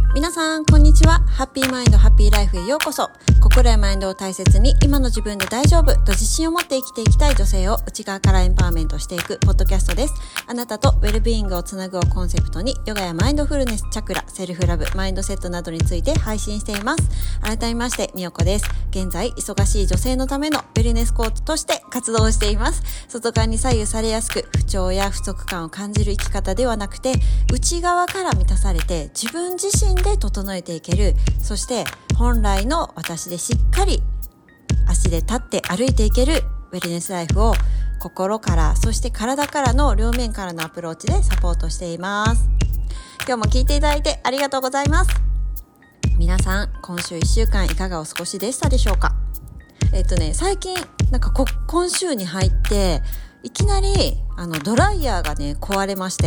皆さんこんにちは。ハッピーマインドハッピーライフへようこそ。心やマインドを大切に今の自分で大丈夫と自信を持って生きていきたい女性を内側からエンパワーメントしていくポッドキャストです。あなたとウェルビーイングをつなぐをコンセプトにヨガやマインドフルネス、チャクラ、セルフラブ、マインドセットなどについて配信しています。改めましてみよこです。現在忙しい女性のためのウェルネスコーチとして活動しています。外側に左右されやすく不調や不足感を感じる生き方ではなくて、内側から満たされて自分自身で整えていける、そして本来の私でしっかり足で立って歩いていけるウェルネスライフを心からそして体からの両面からのアプローチでサポートしています。今日も聞いていただいてありがとうございます。皆さん今週1週間いかがお過ごしでしたでしょうか。最近今週に入っていきなりドライヤーがね壊れまして、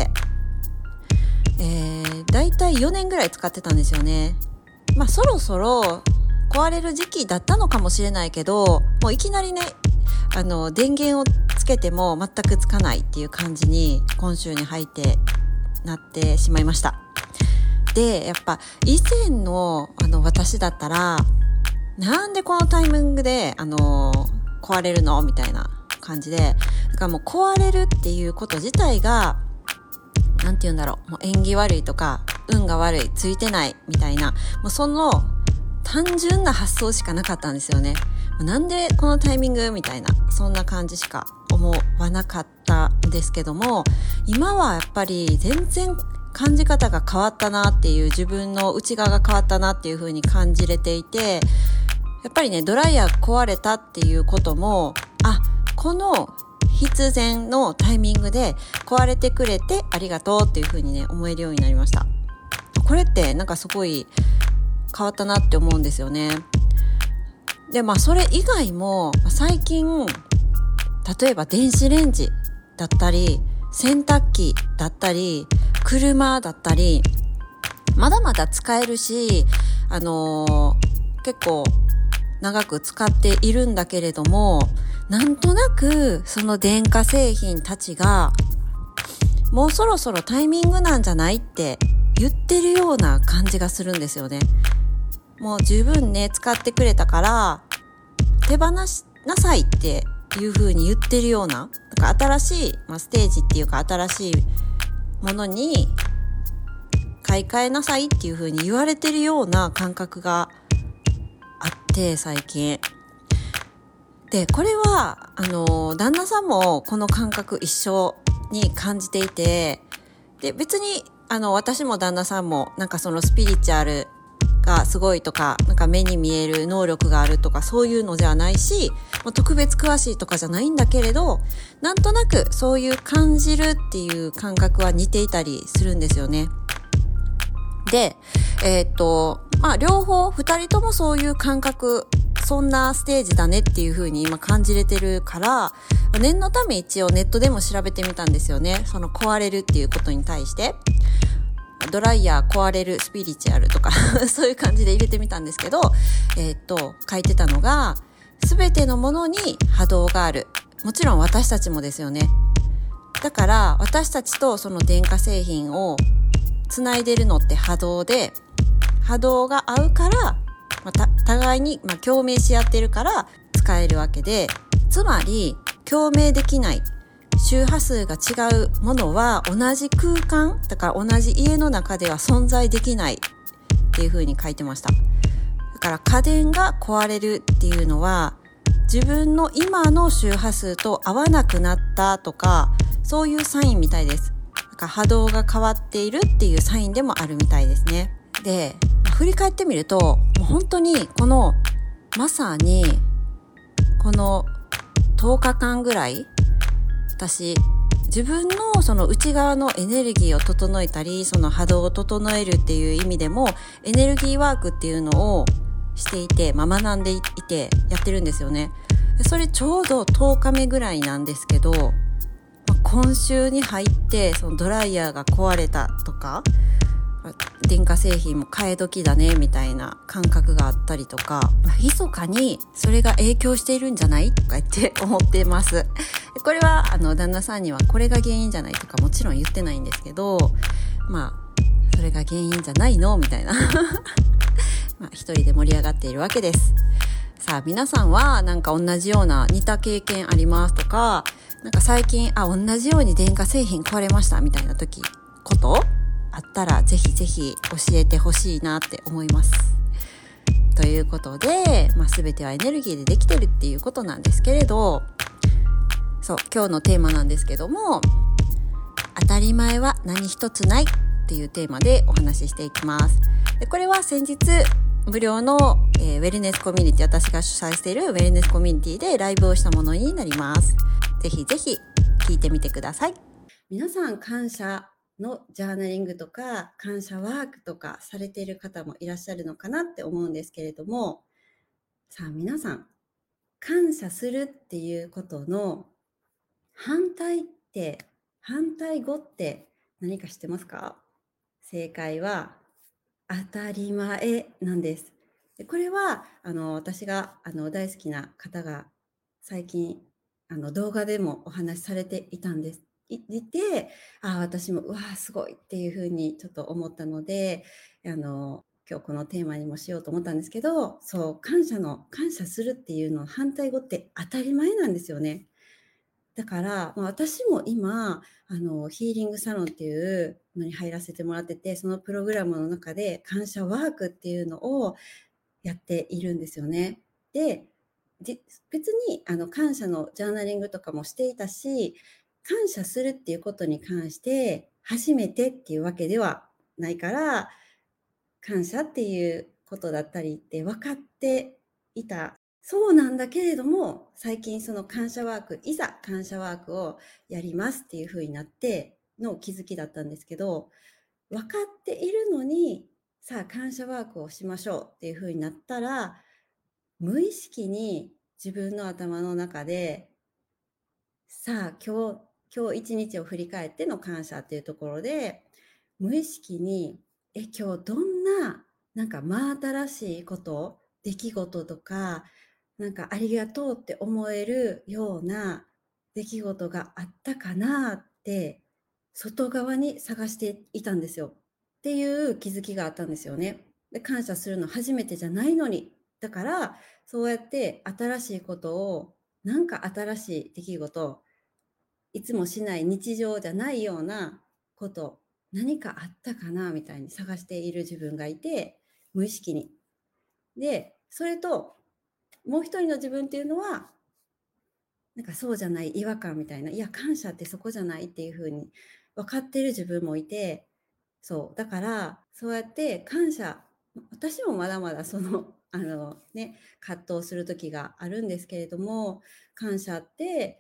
だいたい4年ぐらい使ってたんですよね。そろそろ壊れる時期だったのかもしれないけど、もういきなりね電源をつけても全くつかないっていう感じに今週に入ってなってしまいました。で、やっぱ以前の私だったらなんでこのタイミングで壊れるのみたいな感じで、だからもう壊れるっていうこと自体がなんて言うんだろう、もう縁起悪いとか運が悪い、ついてないみたいな、もうその単純な発想しかなかったんですよね。なんでこのタイミングみたいな、そんな感じしか思わなかったんですけども、今はやっぱり全然感じ方が変わったなっていう、自分の内側が変わったなっていう風に感じれていて、やっぱりねドライヤー壊れたっていうことも、この必然のタイミングで壊れてくれてありがとうっていう風にね思えるようになりました。これってすごい変わったなって思うんですよね。で、それ以外も最近例えば電子レンジだったり洗濯機だったり車だったりまだまだ使えるし、結構長く使っているんだけれども、なんとなくその電化製品たちがもうそろそろタイミングなんじゃないって言ってるような感じがするんですよね。もう十分ね使ってくれたから手放しなさいっていう風に言ってるような、新しい、ステージっていうか新しいものに買い替えなさいっていう風に言われてるような感覚があって最近で、これは旦那さんもこの感覚一緒に感じていて、で別に私も旦那さんもそのスピリチュアルがすごいとか目に見える能力があるとかそういうのじゃないし、特別詳しいとかじゃないんだけれど、なんとなくそういう感じるっていう感覚は似ていたりするんですよね。で、両方二人ともそういう感覚、そんなステージだねっていう風に今感じれてるから、念のため一応ネットでも調べてみたんですよね。その壊れるっていうことに対してドライヤー壊れるスピリチュアルとかそういう感じで入れてみたんですけど、書いてたのが、すべてのものに波動がある。もちろん私たちもですよね。だから私たちとその電化製品をつないでるのって波動で、波動が合うから互いに共鳴し合ってるから使えるわけで、つまり共鳴できない周波数が違うものは同じ空間だから同じ家の中では存在できないっていう風に書いてました。だから家電が壊れるっていうのは自分の今の周波数と合わなくなったとか、そういうサインみたいです。だから波動が変わっているっていうサインでもあるみたいですね。で、振り返ってみると、もう本当にまさにこの10日間ぐらい私自分のその内側のエネルギーを整えたり、その波動を整えるっていう意味でもエネルギーワークっていうのをしていて、学んでいてやってるんですよね。それちょうど10日目ぐらいなんですけど、今週に入ってそのドライヤーが壊れたとか、電化製品も替え時だねみたいな感覚があったりとか、密かにそれが影響しているんじゃないとか言って思ってます。これは旦那さんにはこれが原因じゃないとかもちろん言ってないんですけど、 それが原因じゃないのみたいな一人で盛り上がっているわけです。さあ皆さんはなんか同じような似た経験ありますとか、なんか最近同じように電化製品壊れましたみたいなことあったらぜひぜひ教えてほしいなって思います。ということで、全てはエネルギーでできてるっていうことなんですけれど、そう、今日のテーマなんですけども、当たり前は何一つないっていうテーマでお話ししていきます。でこれは先日無料の、ウェルネスコミュニティ、私が主催しているウェルネスコミュニティでライブをしたものになります。ぜひぜひ聞いてみてください。皆さん感謝のジャーナリングとか感謝ワークとかされている方もいらっしゃるのかなって思うんですけれども、さあ皆さん、感謝するっていうことの反対語って何か知ってますか？正解は当たり前なんです。でこれは私が大好きな方が最近動画でもお話しされていたんです。いて、私もうわーすごいっていうふうにちょっと思ったので、今日このテーマにもしようと思ったんですけど、そう、感謝するっていうの反対語って当たり前なんですよね。だから、私も今、ヒーリングサロンっていうのに入らせてもらってて、そのプログラムの中で感謝ワークっていうのをやっているんですよね。で、別に感謝のジャーナリングとかもしていたし、感謝するっていうことに関して初めてっていうわけではないから、感謝っていうことだったりって分かっていた。そうなんだけれども、最近その感謝ワーク、いざ感謝ワークをやりますっていう風になっての気づきだったんですけど、分かっているのに、さあ感謝ワークをしましょうっていう風になったら、無意識に自分の頭の中で、さあ今日一日を振り返っての感謝っていうところで、無意識に、今日どんな、なんか真新しいこと、出来事とか、なんかありがとうって思えるような出来事があったかなって、外側に探していたんですよ。っていう気づきがあったんですよね。で、感謝するの初めてじゃないのに。だから、そうやって新しいことを、なんか新しい出来事、いつもしない日常じゃないようなこと、何かあったかなみたいに探している自分がいて、無意識に。で、それと、もう一人の自分っていうのは、なんかそうじゃない違和感みたいな、いや、感謝ってそこじゃないっていう風に分かってる自分もいて、そう、だから、そうやって感謝、私もまだまだ葛藤する時があるんですけれども、感謝って、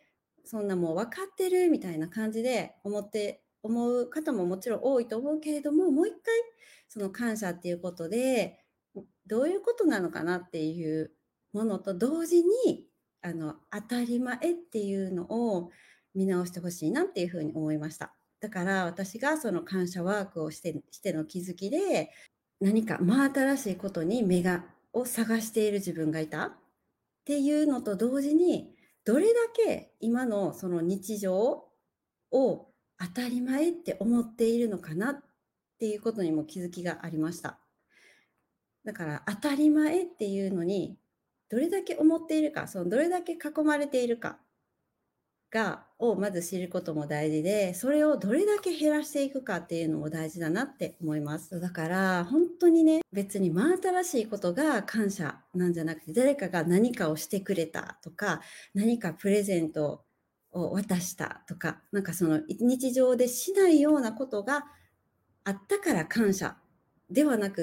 そんなもう分かってるみたいな感じで思う方ももちろん多いと思うけれども、もう一回、その感謝っていうことで、どういうことなのかなっていうものと同時に、当たり前っていうのを見直してほしいなっていうふうに思いました。だから私がその感謝ワークをしての気づきで、何か真新しいことにを探している自分がいたっていうのと同時に、どれだけ今のその日常を当たり前って思っているのかなっていうことにも気づきがありました。だから当たり前っていうのにどれだけ思っているか、どれだけ囲まれているかをまず知ることも大事で、それをどれだけ減らしていくかっていうのも大事だなって思います。だから本当にね、別に真新しいことが感謝なんじゃなくて、誰かが何かをしてくれたとか、何かプレゼントを渡したとか、なんかその日常でしないようなことがあったから感謝ではなくって、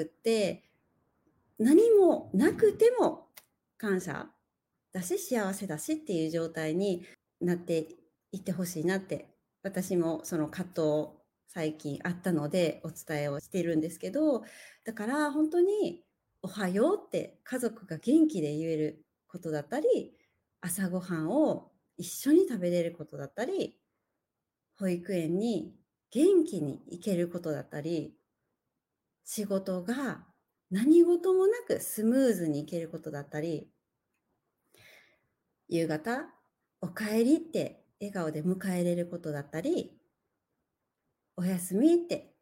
何もなくても感謝だし幸せだしっていう状態になっていってほしいなって、私もその葛藤最近あったのでお伝えをしているんですけど、だから本当におはようって家族が元気で言えることだったり、朝ごはんを一緒に食べれることだったり、保育園に元気に行けることだったり、仕事が何事もなくスムーズに行けることだったり、夕方、おかえりって笑顔で迎えれることだったり、おやすみって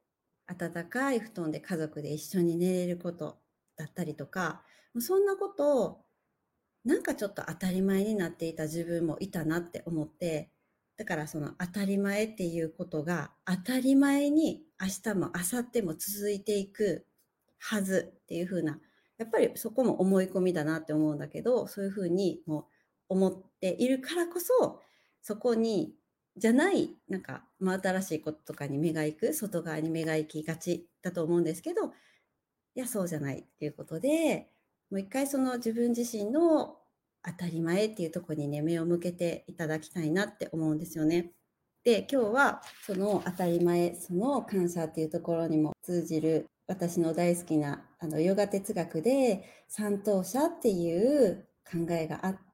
暖かい布団で家族で一緒に寝れることだったりとか、そんなことをなんかちょっと当たり前になっていた自分もいたなって思って、だからその当たり前っていうことが当たり前に明日も明後日も続いていくはずっていう風な、やっぱりそこも思い込みだなって思うんだけど、そういう風にもう思っているからこそ、そこにじゃない、なんか真新しいこととかに目が行く、外側に目が行きがちだと思うんですけど、いや、そうじゃないっていうことで、もう一回その自分自身の当たり前っていうところにね、目を向けていただきたいなって思うんですよね。で、今日はその当たり前、その感謝っていうところにも通じる私の大好きなヨガ哲学で三等者っていう考えがあって、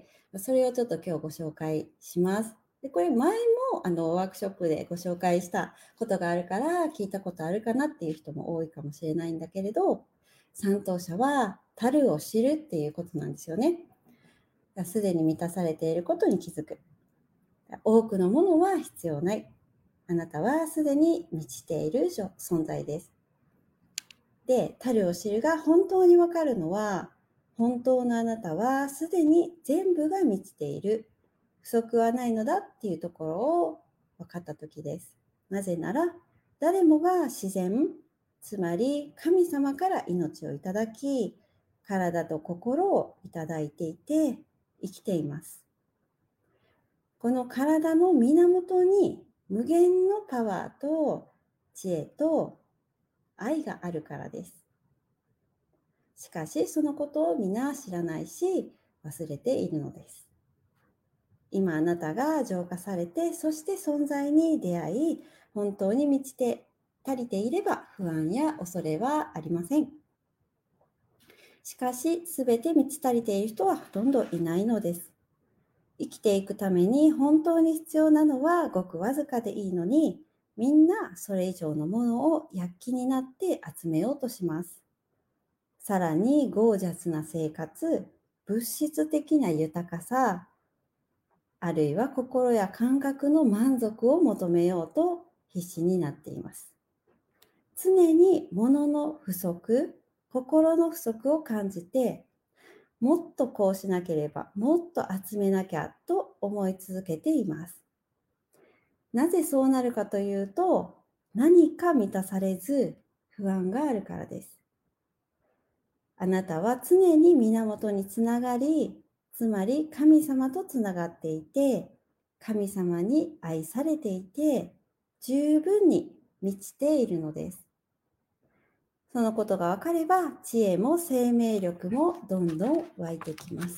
それをちょっと今日ご紹介します。で、これ前もワークショップでご紹介したことがあるから聞いたことあるかなっていう人も多いかもしれないんだけれど、三等者は足を知るっていうことなんですよね。すでに満たされていることに気づく。多くのものは必要ない。あなたはすでに満ちている存在です。で、足を知るが本当にわかるのは、本当のあなたはすでに全部が満ちている。不足はないのだっていうところを分かった時です。なぜなら、誰もが自然、つまり神様から命をいただき、体と心をいただいていて生きています。この体の源に無限のパワーと知恵と愛があるからです。しかしそのことを皆知らないし忘れているのです。今あなたが浄化されて、そして存在に出会い、本当に満ちて足りていれば不安や恐れはありません。しかし全て満ち足りている人はほとんどいないのです。生きていくために本当に必要なのはごくわずかでいいのに、みんなそれ以上のものを躍起になって集めようとします。さらにゴージャスな生活、物質的な豊かさ、あるいは心や感覚の満足を求めようと必死になっています。常に物の不足、心の不足を感じて、もっとこうしなければ、もっと集めなきゃと思い続けています。なぜそうなるかというと、何か満たされず不安があるからです。あなたは常に源につながり、つまり神様とつながっていて、神様に愛されていて、十分に満ちているのです。そのことが分かれば、知恵も生命力もどんどん湧いてきます。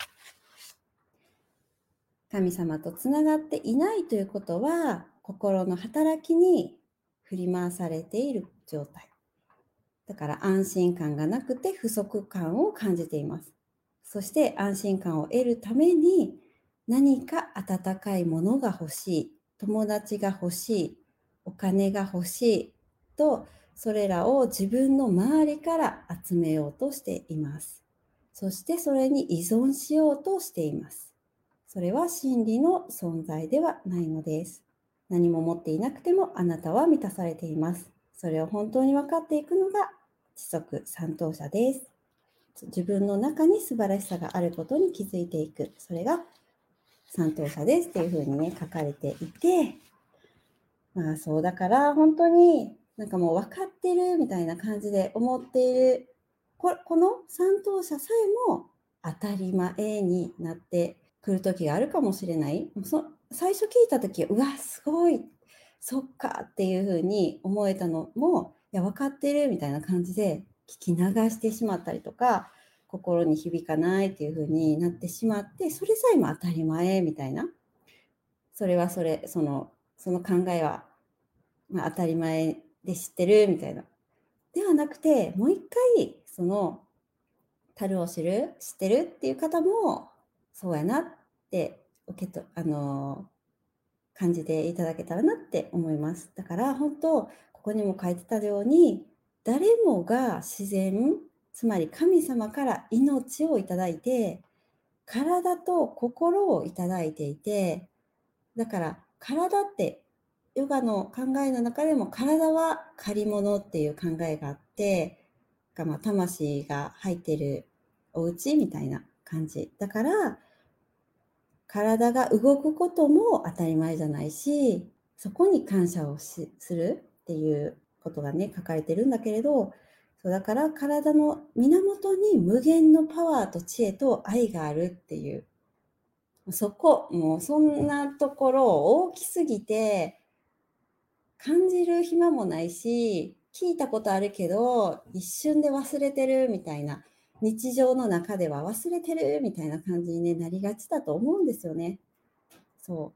神様とつながっていないということは、心の働きに振り回されている状態。だから安心感がなくて不足感を感じています。そして安心感を得るために何か温かいものが欲しい、友達が欲しい、お金が欲しいと、それらを自分の周りから集めようとしています。そしてそれに依存しようとしています。それは真理の存在ではないのです。何も持っていなくてもあなたは満たされています。それを本当に分かっていくのが知足三等者です。自分の中に素晴らしさがあることに気づいていく。それが三等者ですっていうふうにね、書かれていて、まあそうだから本当になんかもう分かってるみたいな感じで思っている、この三等者さえも当たり前になってくる時があるかもしれない。最初聞いた時、うわ、すごい、そっかっていうふうに思えたのも、いや、分かってるみたいな感じで聞き流してしまったりとか、心に響かないっていうふうになってしまって、それさえも当たり前みたいな。それはその考えは、まあ、当たり前で知ってるみたいな。ではなくて、もう一回、樽を知ってるっていう方も、そうやなって感じていただけたらなって思います。だから本当、ここにも書いてたように、誰もが自然、つまり神様から命をいただいて、体と心をいただいていて、だから体ってヨガの考えの中でも体は借り物っていう考えがあって、魂が入ってるお家みたいな感じ。だから、体が動くことも当たり前じゃないし、そこに感謝をするっていうことがね、書かれてるんだけれど、そうだから体の源に無限のパワーと知恵と愛があるっていう。もうそんなところ大きすぎて、感じる暇もないし、聞いたことあるけど、一瞬で忘れてるみたいな、日常の中では忘れてるみたいな感じに、ね、なりがちだと思うんですよね。そう。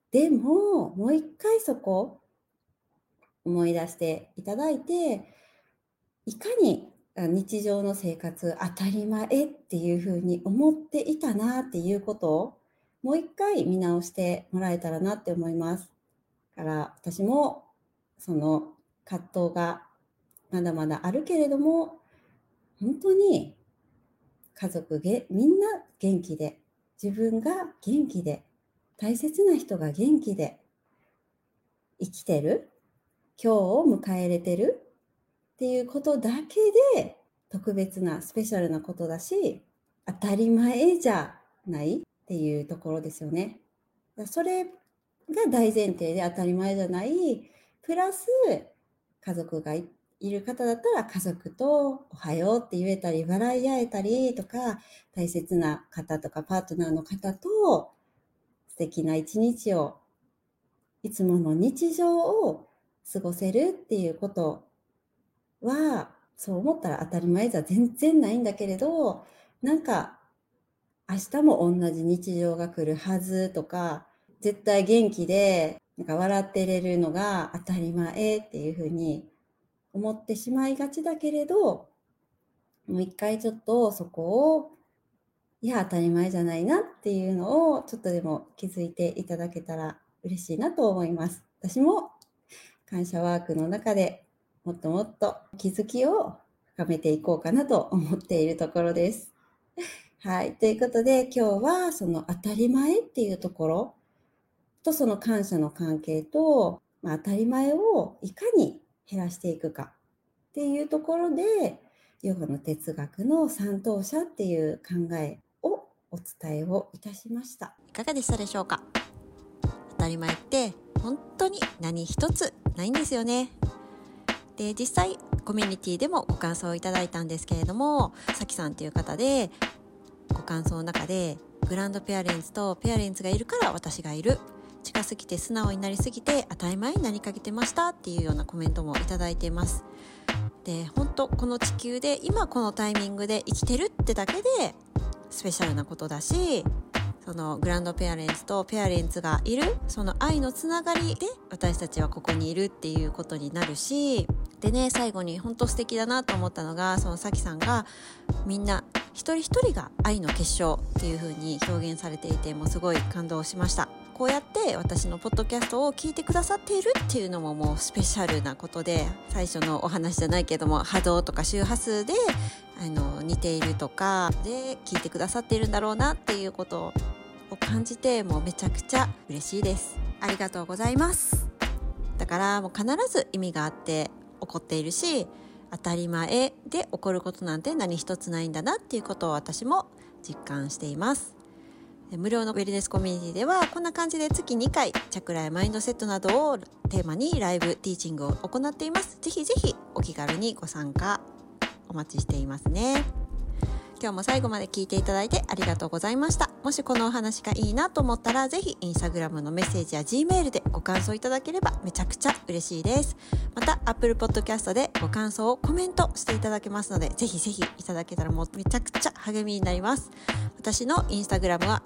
でも、もう一回そこ思い出していただいて、いかに日常の生活当たり前っていうふうに思っていたなっていうことをもう一回見直してもらえたらなって思います。だから私もその葛藤がまだまだあるけれども、本当に家族みんな元気で、自分が元気で、大切な人が元気で生きてる、今日を迎えれてるっていうことだけで特別なスペシャルなことだし、当たり前じゃないっていうところですよね。それが大前提で当たり前じゃない、プラス家族がいる方だったら家族とおはようって言えたり、笑い合えたりとか、大切な方とかパートナーの方と素敵な一日を、いつもの日常を過ごせるっていうことは、そう思ったら当たり前じゃ全然ないんだけれど、なんか明日も同じ日常が来るはずとか、絶対元気でなんか笑ってれるのが当たり前っていうふうに思ってしまいがちだけれど、もう一回ちょっとそこを、いや当たり前じゃないなっていうのをちょっとでも気づいていただけたら嬉しいなと思います。私も感謝ワークの中でもっともっと気づきを深めていこうかなと思っているところです。はい。ということで今日はその当たり前っていうところとその感謝の関係と、当たり前をいかに減らしていくかっていうところで、ヨガの哲学の三等者っていう考えをお伝えをいたしました。 いかがでしたでしょうか。当たり前って本当に何一つないんですよね。で、実際コミュニティでもご感想をいただいたんですけれども、さきさんっていう方でご感想の中で、グランドペアレンツとペアレンツがいるから私がいる、近すぎて素直になりすぎて当たり前になりかけてましたっていうようなコメントもいただいています。で、本当この地球で今このタイミングで生きてるってだけでスペシャルなことだし、そのグランドペアレンツとペアレンツがいるその愛のつながりで私たちはここにいるっていうことになるし、でね、最後に本当素敵だなと思ったのが、そのさきさんがみんな一人一人が愛の結晶っていう風に表現されていて、もうすごい感動しました。こうやって私のポッドキャストを聞いてくださっているっていうのももうスペシャルなことで、最初のお話じゃないけども波動とか周波数で似ているとかで聞いてくださっているんだろうなっていうことを感じて、もうめちゃくちゃ嬉しいです。ありがとうございます。だからもう必ず意味があって起こっているし、当たり前で起こることなんて何一つないんだなっていうことを私も実感しています。無料のウェルネスコミュニティではこんな感じで月2回チャクラやマインドセットなどをテーマにライブティーチングを行っています。ぜひぜひお気軽にご参加お待ちしていますね。今日も最後まで聞いていただいてありがとうございました。もしこのお話がいいなと思ったら、ぜひインスタグラムのメッセージや Gmail でご感想いただければめちゃくちゃ嬉しいです。また Apple Podcast でご感想をコメントしていただけますので、ぜひぜひいただけたらもうめちゃくちゃ励みになります。私のインスタグラムは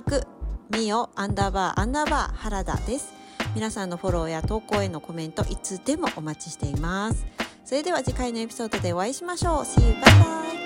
@mio__ 原田です。皆さんのフォローや投稿へのコメントいつでもお待ちしています。それでは次回のエピソードでお会いしましょう。See you! Bye bye!